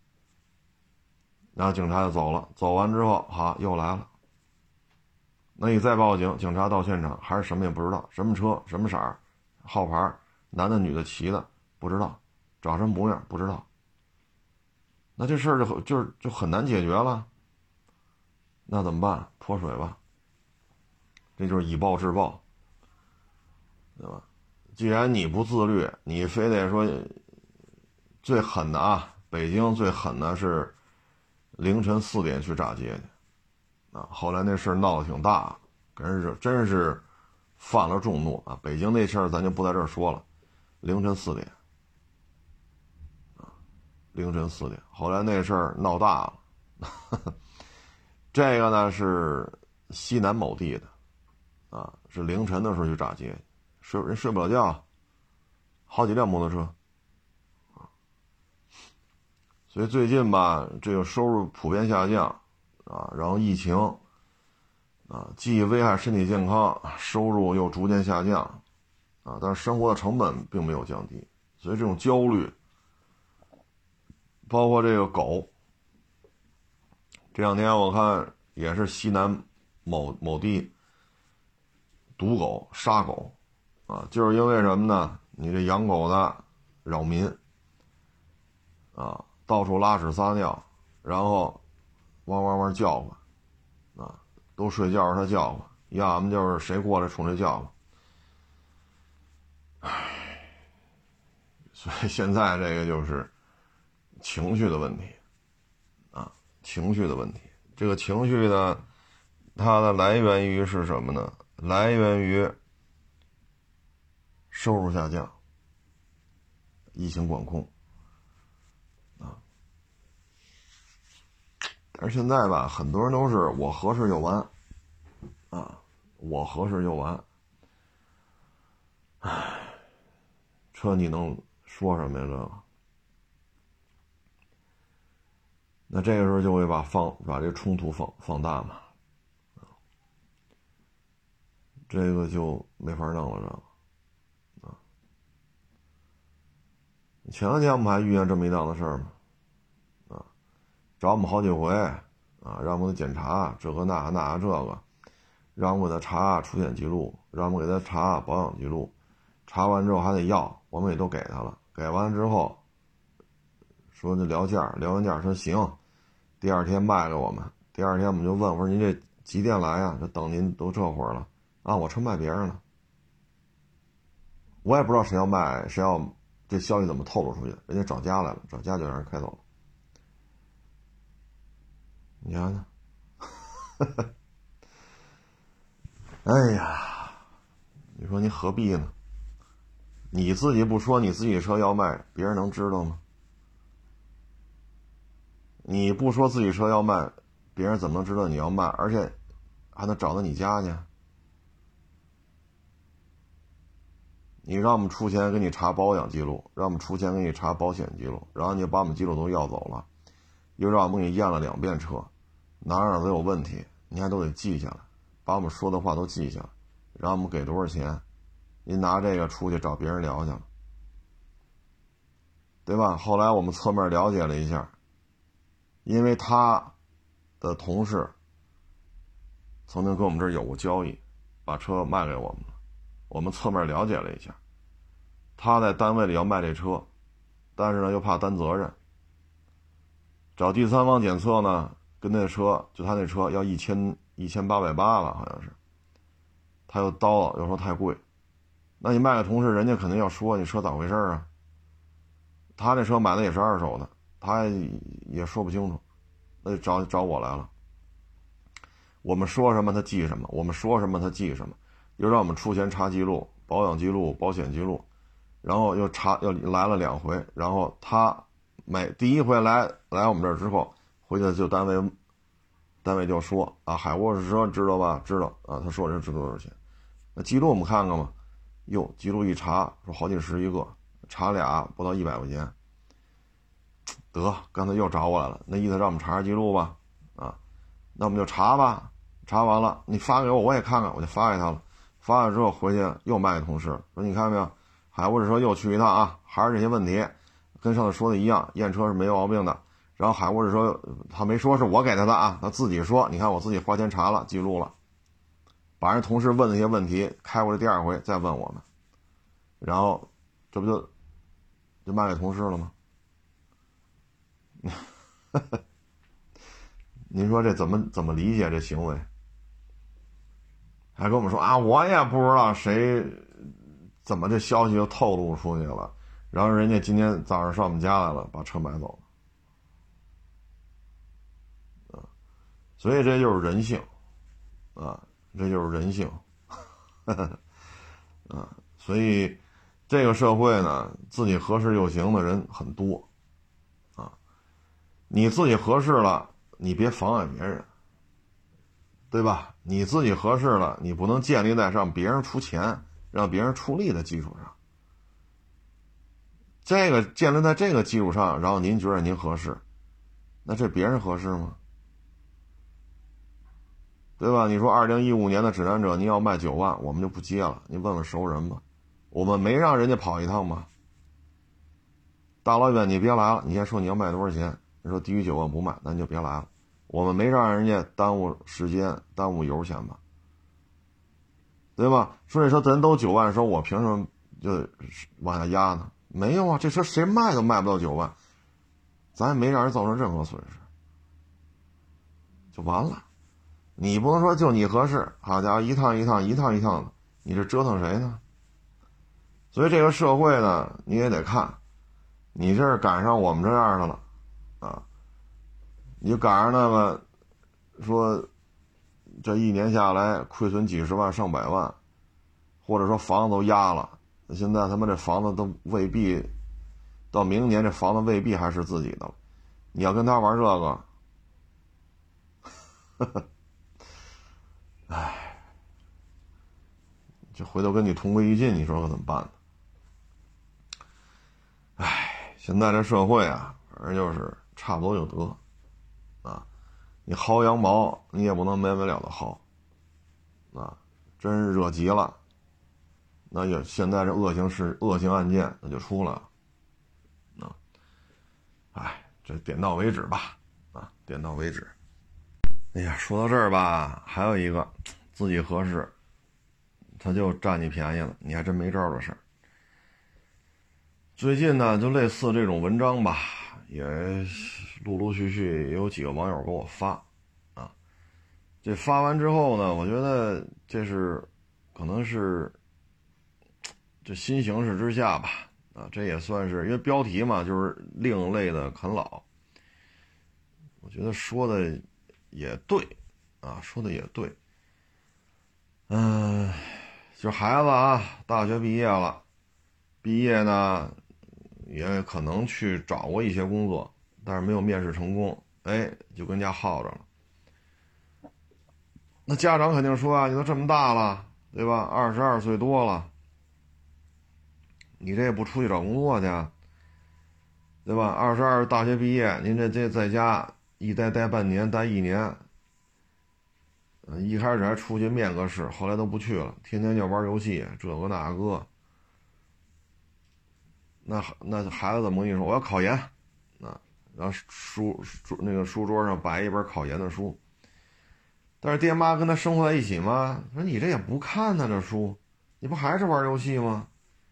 然后警察就走了，走完之后，好，又来了。那你再报警，警察到现场还是什么也不知道，什么车，什么色儿，号牌，男的女的骑的不知道，长什么模样不知道。那这事儿就很难解决了。那怎么办？泼水吧。这就是以暴制暴，对吧？既然你不自律，你非得说最狠的啊，北京最狠的是凌晨4点去炸街去啊！后来那事儿闹得挺大，真是犯了众怒啊！北京那事儿咱就不在这儿说了，凌晨4点啊，凌晨4点，后来那事儿闹大了。这个呢是西南某地的啊，是凌晨的时候去炸街，人睡不了觉，好几辆摩托车。所以最近吧，这个收入普遍下降啊，然后疫情啊，既危害身体健康，收入又逐渐下降啊，但是生活的成本并没有降低，所以这种焦虑，包括这个狗，这两天我看也是西南某地毒狗杀狗啊，就是因为什么呢？你这养狗的扰民啊，到处拉屎撒尿，然后汪汪汪叫唤啊，都睡觉它叫唤，要么就是谁过来冲这叫唤。唉，所以现在这个就是情绪的问题啊，情绪的问题。这个情绪呢，它的来源于是什么呢？来源于收入下降，疫情管控啊。但是现在吧，很多人都是我合适就完啊，我合适就完。唉，这你能说什么呀？这个，那这个时候就会把这冲突放大嘛，这个就没法弄了，这个啊。前两天我们还遇见这么一档子事儿嘛，啊，找我们好几回啊，让我们给检查这个那这个，让我们给他查出险记录，让我们给他查保养记录，查完之后还得要，我们也都给他了，给完之后说就聊价，聊完价说行，第二天卖给我们，第二天我们就问，我说您这几点来呀？这等您都这会儿了啊，我正卖别人呢，我也不知道谁要卖，谁要这消息怎么透露出去，人家找家来了，找家就让人开走了，你看看。哎呀，你说你何必呢？你自己不说你自己车要卖，别人能知道吗？你不说自己车要卖，别人怎么能知道你要卖？而且还能找到你家去？你让我们出钱给你查保养记录，让我们出钱给你查保险记录，然后你把我们记录都要走了，又让我们给你验了2遍车，哪都有问题，你还都得记下来，把我们说的话都记下来，让我们给多少钱，您拿这个出去找别人聊去了，对吧？后来我们侧面了解了一下，因为他的同事曾经跟我们这儿有过交易，把车卖给我们了，我们侧面了解了一下，他在单位里要卖这车，但是呢又怕担责任，找第三方检测呢，跟那车就他那车要1880吧，好像是，他又叨了，又说太贵，那你卖给同事，人家肯定要说你车咋回事啊？他那车买的也是2手的，他也说不清楚，那就找我来了。我们说什么他记什么，我们说什么他记什么，又让我们出钱查记录、保养记录、保险记录，然后又来了2回，然后他第一回来我们这儿之后，回去就单位就说啊，海沃士车知道吧？知道啊，他说这值多少钱？那记录我们看看吧，哟，记录一查说好几十一个，查俩不到100块钱，得，刚才又找我来了，那意思让我们查查记录吧，啊，那我们就查吧，查完了你发给我，我也看看，我就发给他了，发了之后回去又卖给同事，说你看没有，海沃士车又去一趟啊，还是这些问题，跟上次说的一样，验车是没毛病的。然后海沃士车他没说是我给他的啊，他自己说，你看我自己花钱查了，记录了，把人同事问那些问题开过来，第2回再问我们，然后这不就卖给同事了吗？您说这怎么理解这行为？还跟我们说啊，我也不知道谁怎么这消息就透露出去了， 然后人家今天早上上我们家来了，把车买走了，所以这就是人性，这就是人性，所以这个社会呢，自己合适就行的人很多，你自己合适了，你别妨碍别人，对吧？你自己合适了，你不能建立在让别人出钱、让别人出力的基础上。这个建立在这个基础上，然后您觉得您合适，那这别人合适吗？对吧？你说2015年的指南者您要卖9万，我们就不接了，你问问熟人吧。我们没让人家跑一趟吧？大老远你别来了，你先说你要卖多少钱，你说低于9万不卖，咱就别来了。我们没让人家耽误时间、耽误油钱吧？对吧？说这车咱都9万的时候，我凭什么就往下压呢？没有啊，这车谁卖都卖不到9万，咱也没让人造成任何损失，就完了。你不能说就你合适，好家伙，一趟一趟的，你这折腾谁呢？所以这个社会呢，你也得看，你这是赶上我们这样的了啊，你就赶上那个说这一年下来亏损几十万上百万，或者说房子都压了，现在他妈这房子都未必到明年这房子未必还是自己的了，你要跟他玩这个，唉，这回头跟你同归于尽，你说可怎么办呢？唉，现在这社会啊，反正就是差不多就得啊，你薅羊毛你也不能没完了的薅啊，真惹急了，那就现在这恶性案件那就出来了啊，唉，这点到为止吧，啊，点到为止。哎呀，说到这儿吧，还有一个自己合适，他就占你便宜了，你还真没招的事儿。最近呢，就类似这种文章吧，也陆陆续续也有几个网友给我发，啊，这发完之后呢，我觉得这是可能是这新形势之下吧，啊，这也算是因为标题嘛，就是另类的啃老，我觉得说的也对，啊，说的也对，就孩子啊，大学毕业了，毕业呢。也可能去找过一些工作，但是没有面试成功，哎，就跟家耗着了。那家长肯定说啊，你都这么大了，对吧？22岁多了，你这也不出去找工作去，对吧？22大学毕业，您这在家一待半年，待1年，一开始还出去面个试，后来都不去了，天天就玩游戏，这个那个。那孩子怎么跟你说？我要考研，啊，然后那个书桌上摆一本考研的书，但是爹妈跟他生活在一起吗？说你这也不看呢，这书，你不还是玩游戏吗？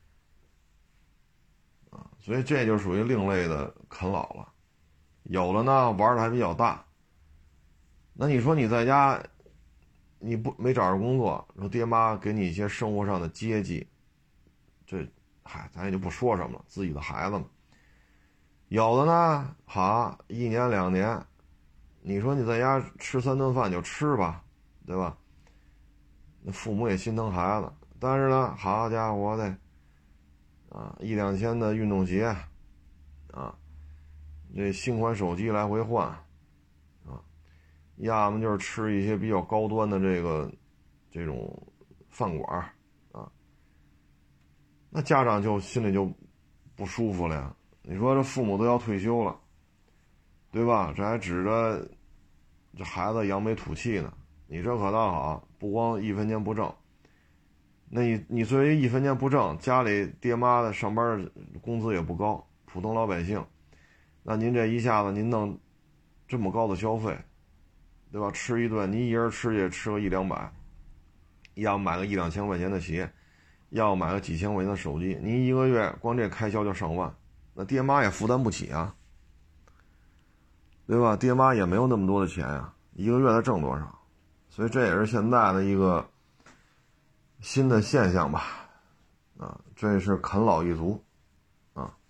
啊，所以这就属于另类的啃老了。有的呢玩的还比较大，那你说你在家，你没找着工作，说爹妈给你一些生活上的接济，这。嗨，咱也就不说什么了，自己的孩子嘛。有的呢，好1年2年，你说你在家吃3顿饭就吃吧，对吧？那父母也心疼孩子，但是呢，好家伙的，啊，1、2千的运动鞋，啊，这新款手机来回换，啊，要么就是吃一些比较高端的这种饭馆。那家长就心里就不舒服了呀。你说这父母都要退休了，对吧？这还指着这孩子扬眉吐气呢。你这可倒好，不光1分钱不挣，那你作为1分钱不挣，家里爹妈的上班工资也不高，普通老百姓，那您这一下子您弄这么高的消费，对吧？吃一顿，您一人吃也吃个100-200，要买个1、2千块钱的鞋。要买个几千块钱的手机，您一个月光这开销就上万，那爹妈也负担不起啊，对吧？爹妈也没有那么多的钱啊，一个月他挣多少？所以这也是现在的一个新的现象吧，啊，这是啃老一族，啊。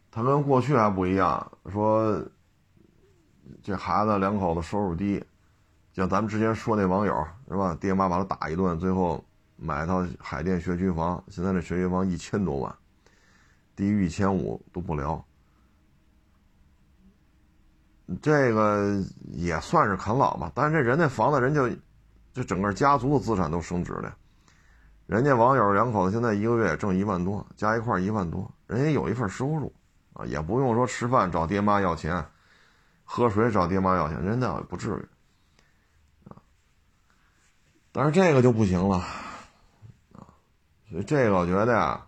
他跟过去还不一样，说这孩子两口子收入低，像咱们之前说那网友是吧，爹妈把他打一顿，最后买套海淀学区房，现在这学区房1000多万，低于1500都不聊。这个也算是啃老吧，但是这人那房子人就整个家族的资产都升值了。人家网友两口子现在一个月挣1万多，加一块1万多，人家有一份收入啊，也不用说吃饭找爹妈要钱，喝水找爹妈要钱，人家也不至于啊。但是这个就不行了啊，所以这个我觉得呀，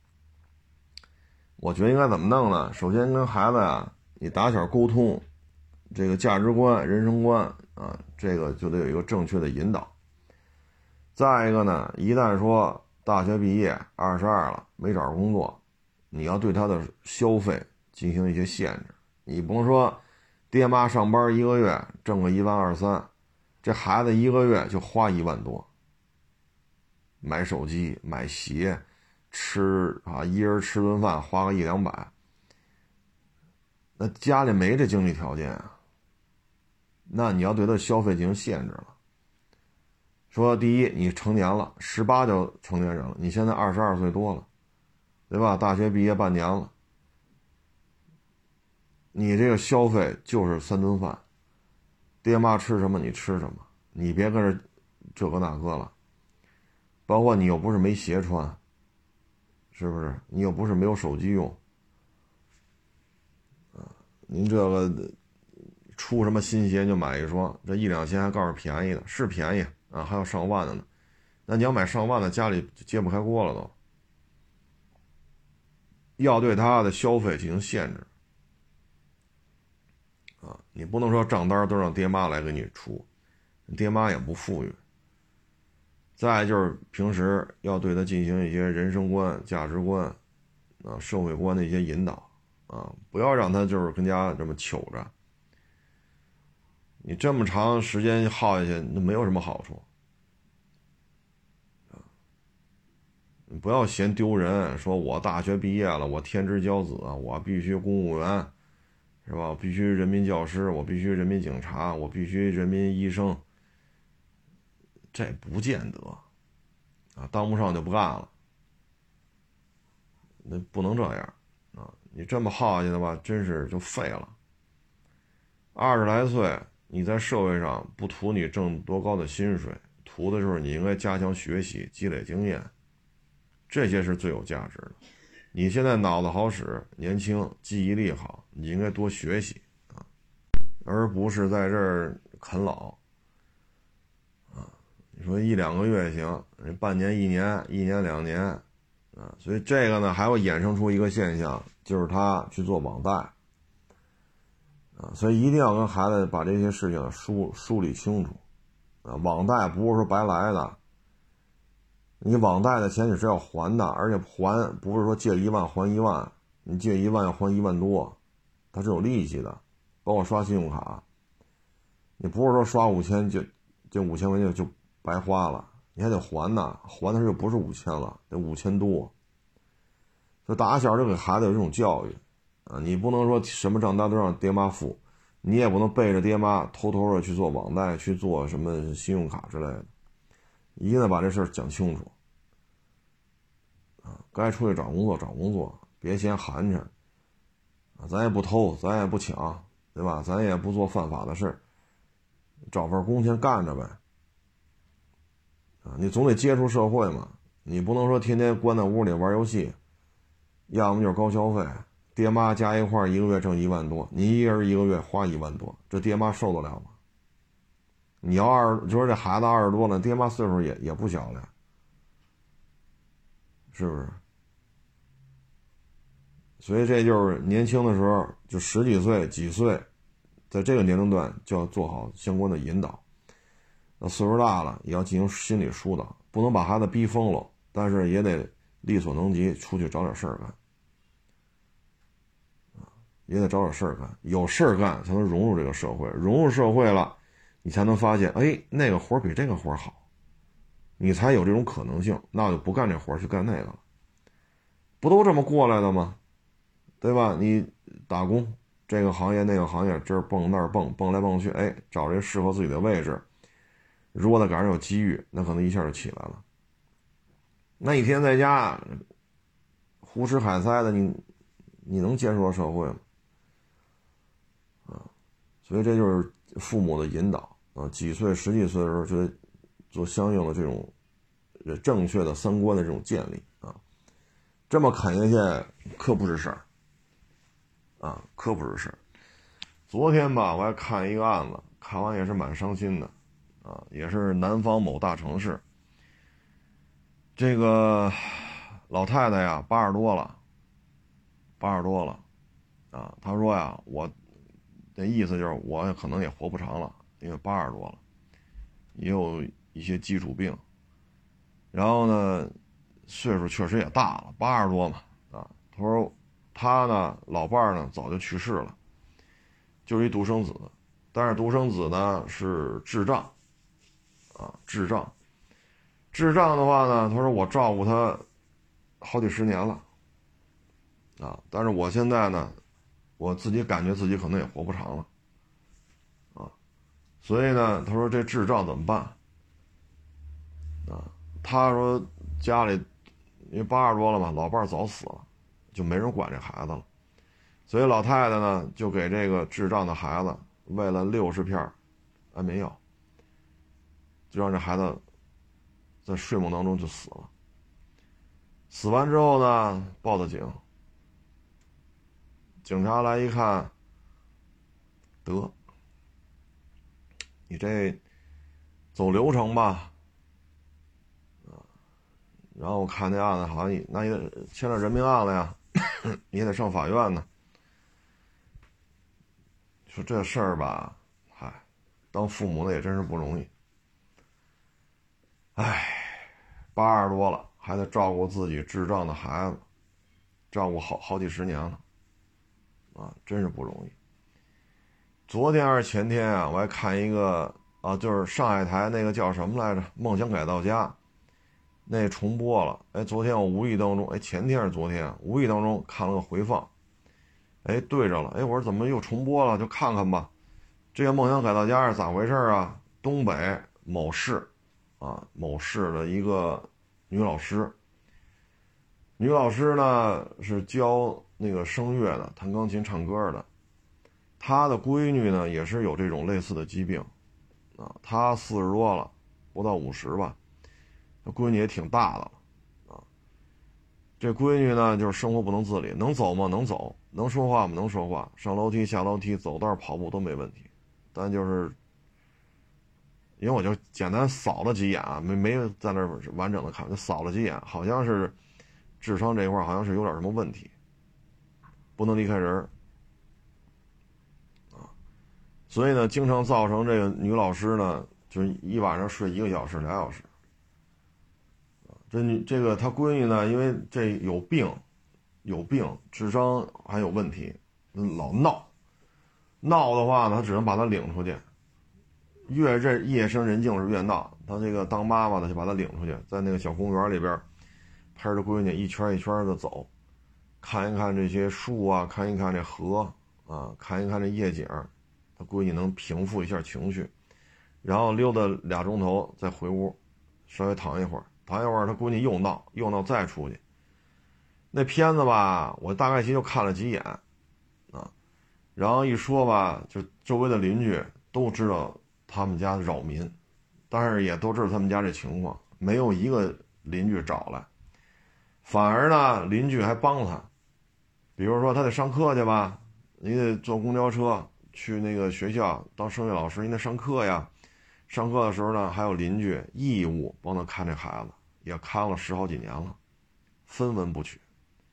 应该怎么弄呢？首先跟孩子呀，你打小沟通这个价值观、人生观啊，这个就得有一个正确的引导。再一个呢，一旦说大学毕业22了没找着工作，你要对他的消费进行一些限制。你不能说爹妈上班一个月挣个1万2、3，这孩子一个月就花1万多，买手机、买鞋、吃啊，一人吃顿饭花个100、200，那家里没这经济条件啊，那你要对他消费进行限制了。说第一，你成年了，18就成年人了，你现在22岁多了，对吧？大学毕业半年了，你这个消费就是3顿饭，爹妈吃什么你吃什么，你别跟着这个那个了。包括你又不是没鞋穿，是不是？你又不是没有手机用，您这个出什么新鞋就买一双，这1、2千还告诉便宜的，是便宜啊，还有上万的呢。那你要买上万的，家里就揭不开锅了都。要对他的消费进行限制啊，你不能说账单都让爹妈来给你出，爹妈也不富裕。再就是平时要对他进行一些人生观、价值观啊、社会观的一些引导啊，不要让他就是跟家这么糗着。你这么长时间耗下去，那没有什么好处。你不要嫌丢人，说我大学毕业了，我天之骄子，我必须公务员，是吧？我必须人民教师，我必须人民警察，我必须人民医生。这不见得啊，当不上就不干了。那不能这样啊！你这么耗下去的话，真是就废了。20来岁，你在社会上不图你挣多高的薪水，图的就是你应该加强学习，积累经验，这些是最有价值的。你现在脑子好使，年轻，记忆力好，你应该多学习啊，而不是在这儿啃老啊。你说1、2个月行，半年、1年、1年、2年啊，所以这个呢还会衍生出一个现象，就是他去做网贷啊，所以一定要跟孩子把这些事情梳理清楚啊。网贷不是说白来的，你网贷的钱你是要还的，而且还不是说借1万还1万，你借1万要还1万多，它是有利息的。包括刷信用卡，你不是说刷5000就5000块钱就白花了，你还得还呢，还的时候就不是5000了，得5000多。就打小就给孩子有这种教育啊，你不能说什么账单都让爹妈付，你也不能背着爹妈偷偷的去做网贷，去做什么信用卡之类的，一定得把这事儿讲清楚啊。该出去找工作，别嫌寒碜啊，咱也不偷，咱也不抢，对吧？咱也不做犯法的事，找份工钱干着呗啊，你总得接触社会嘛，你不能说天天关在屋里玩游戏，要么就是高消费，爹妈加一块一个月挣1万多，你一人一个月花1万多，这爹妈受得了吗？你要就说这孩子20多了，爹妈岁数也不小了，是不是？所以这就是年轻的时候，就10几岁、几岁，在这个年龄段就要做好相关的引导。那岁数大了也要进行心理疏导，不能把孩子逼疯了，但是也得力所能及，出去找点事儿干。也得找点事儿干，有事儿干才能融入这个社会，融入社会了，你才能发现，哎，那个活比这个活好，你才有这种可能性，那我就不干这活去干那个了，不都这么过来的吗？ 对吧？你打工，这个行业那个行业，这儿蹦那儿蹦，蹦来蹦去，哎，找这适合自己的位置。如果他赶上有机遇，那可能一下就起来了。那一天在家胡吃海塞的，你能接受社会吗？啊，所以这就是父母的引导啊。几岁、十几岁的时候就得做相应的这种正确的三观的这种建立啊。这么砍下去可不是事儿啊，可不是事儿。昨天吧，我还看一个案子，看完也是蛮伤心的啊，也是南方某大城市。这个老太太呀，80多了，80多了啊。她说呀，我的意思就是我可能也活不长了，因为80多了，也有一些基础病。然后呢，岁数确实也大了，80多嘛啊。她说她呢，老伴儿呢早就去世了，就是一独生子，但是独生子呢是智障啊，智障。智障的话呢，他说我照顾他好几十年了啊，但是我现在呢，我自己感觉自己可能也活不长了啊，所以呢，他说这智障怎么办啊？他说家里因为80多了嘛，老伴儿早死了，就没人管这孩子了，所以老太太呢就给这个智障的孩子喂了60片安眠药，就让这孩子在睡梦当中就死了。死完之后呢，报的警，警察来一看，得，你这走流程吧，然后我看那案子好像那也牵了人命案了呀，你也得上法院呢。说这事儿吧，嗨，当父母的也真是不容易。唉，80多了还得照顾自己智障的孩子，照顾好几十年了，啊，真是不容易。昨天还是前天啊，我还看一个啊，就是上海台那个叫什么来着，《梦想改造家》，那重播了。哎，昨天我无意当中，哎，前天是昨天，无意当中看了个回放，哎，对着了，哎，我说怎么又重播了？就看看吧。这个梦想改造家是咋回事啊？东北某市，啊，某市的一个女老师，女老师呢是教那个声乐的，弹钢琴、唱歌的。她的闺女呢也是有这种类似的疾病，啊，她40多了，不到50吧，她闺女也挺大的了，啊，这闺女呢就是生活不能自理，能走吗？能走，能说话吗？能说话，上楼梯、下楼梯、走道、跑步都没问题，但就是因为我就简单扫了几眼啊，没有在那儿完整的看，就扫了几眼，好像是智商这一块好像是有点什么问题，不能离开人啊，所以呢，经常造成这个女老师呢，就是一晚上睡1个小时、2小时。这个她闺女呢，因为这有病，智商还有问题，老闹的话呢，她只能把她领出去。越这夜深人静是越闹，她这个当妈妈的就把她领出去，在那个小公园里边，陪着闺女一圈一圈的走，看一看这些树啊，看一看这河啊，看一看这夜景，她闺女能平复一下情绪，然后溜达2钟头再回屋，稍微躺一会儿，躺一会儿她闺女又闹再出去。那片子吧，我大概其就看了几眼啊，然后一说吧，就周围的邻居都知道他们家扰民，但是也都知道他们家这情况，没有一个邻居找来，反而呢邻居还帮他，比如说他得上课去吧，你得坐公交车去那个学校当声乐老师，你得上课呀，上课的时候呢还有邻居义务帮他看这孩子，也看了10好几年了，分文不取。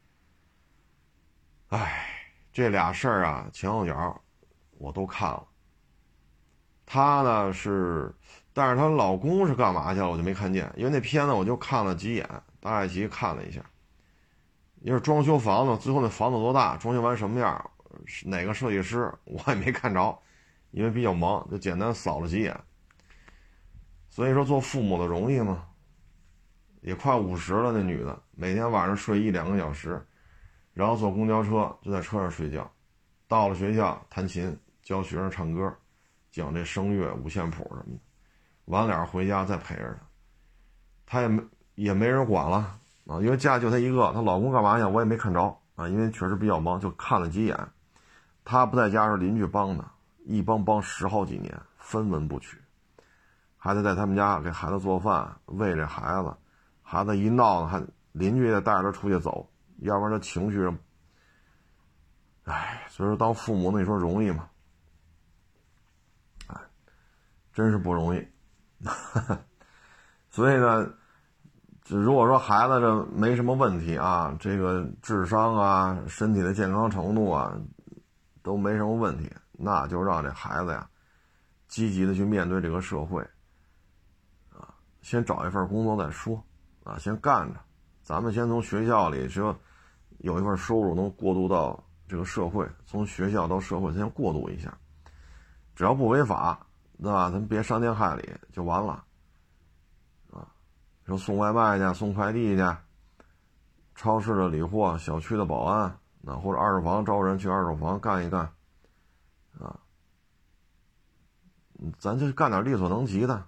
唉，这俩事儿啊前后脚我都看了。她呢是，但是她老公是干嘛去了我就没看见，因为那片子我就看了几眼，大概其看了一下。因为装修房子，最后那房子多大，装修完什么样，哪个设计师我也没看着，因为比较忙，就简单扫了几眼。所以说做父母的容易吗？也快50了，那女的每天晚上睡1-2个小时， 然后坐公交车就在车上睡觉，到了学校弹琴，教学生唱歌，讲这声乐五线谱什么的，晚点回家再陪着他，他也没人管了啊，因为家就他一个，她老公干嘛呀？我也没看着啊，因为确实比较忙，就看了几眼。他不在家时邻居帮他，一帮10好几年，分文不取，还得在他们家给孩子做饭，喂这孩子，孩子一闹还邻居也得带着他出去走，要不然他情绪上，所以说当父母那你说容易吗？真是不容易。所以呢，如果说孩子这没什么问题啊，这个智商啊，身体的健康程度啊，都没什么问题，那就让这孩子呀，积极的去面对这个社会，啊，先找一份工作再说，啊，先干着，咱们先从学校里说有一份收入能过渡到这个社会，从学校到社会先过渡一下，只要不违法，对吧？咱们别伤天害理就完了。说送外卖去，送快递去，超市的理货，小区的保安，或者二手房招人去二手房干一干，啊，咱就干点力所能及的，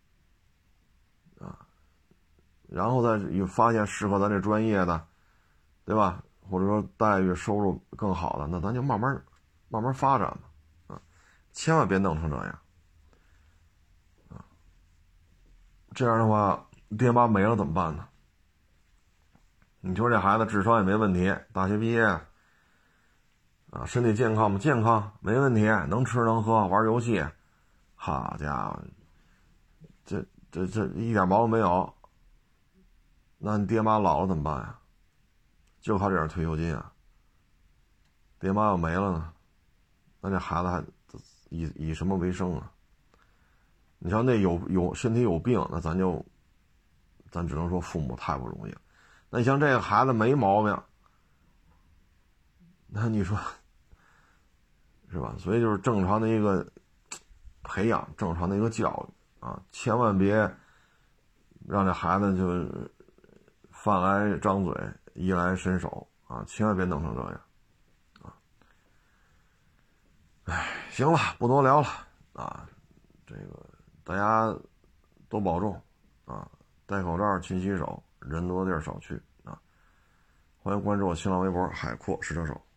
啊，然后再发现适合咱这专业的，对吧？或者说待遇收入更好的，那咱就慢慢发展嘛，啊，千万别弄成这样，啊，这样的话。爹妈没了怎么办呢？你说这孩子智商也没问题，大学毕业啊，身体健康吗？健康，没问题，能吃能喝，玩游戏，好家伙，这一点毛病没有。那你爹妈老了怎么办呀？就靠这点退休金啊？爹妈要没了呢，那这孩子还以什么为生啊？你像那有身体有病，那咱只能说父母太不容易了。那你像这个孩子没毛病，那你说是吧？所以就是正常的一个培养，正常的一个教育啊，千万别让这孩子就饭来张嘴，衣来伸手啊，千万别弄成这样啊！行了，不多聊了啊，这个大家多保重啊，戴口罩，勤洗手，人多的地儿少去啊！欢迎关注我新浪微博海阔试车手。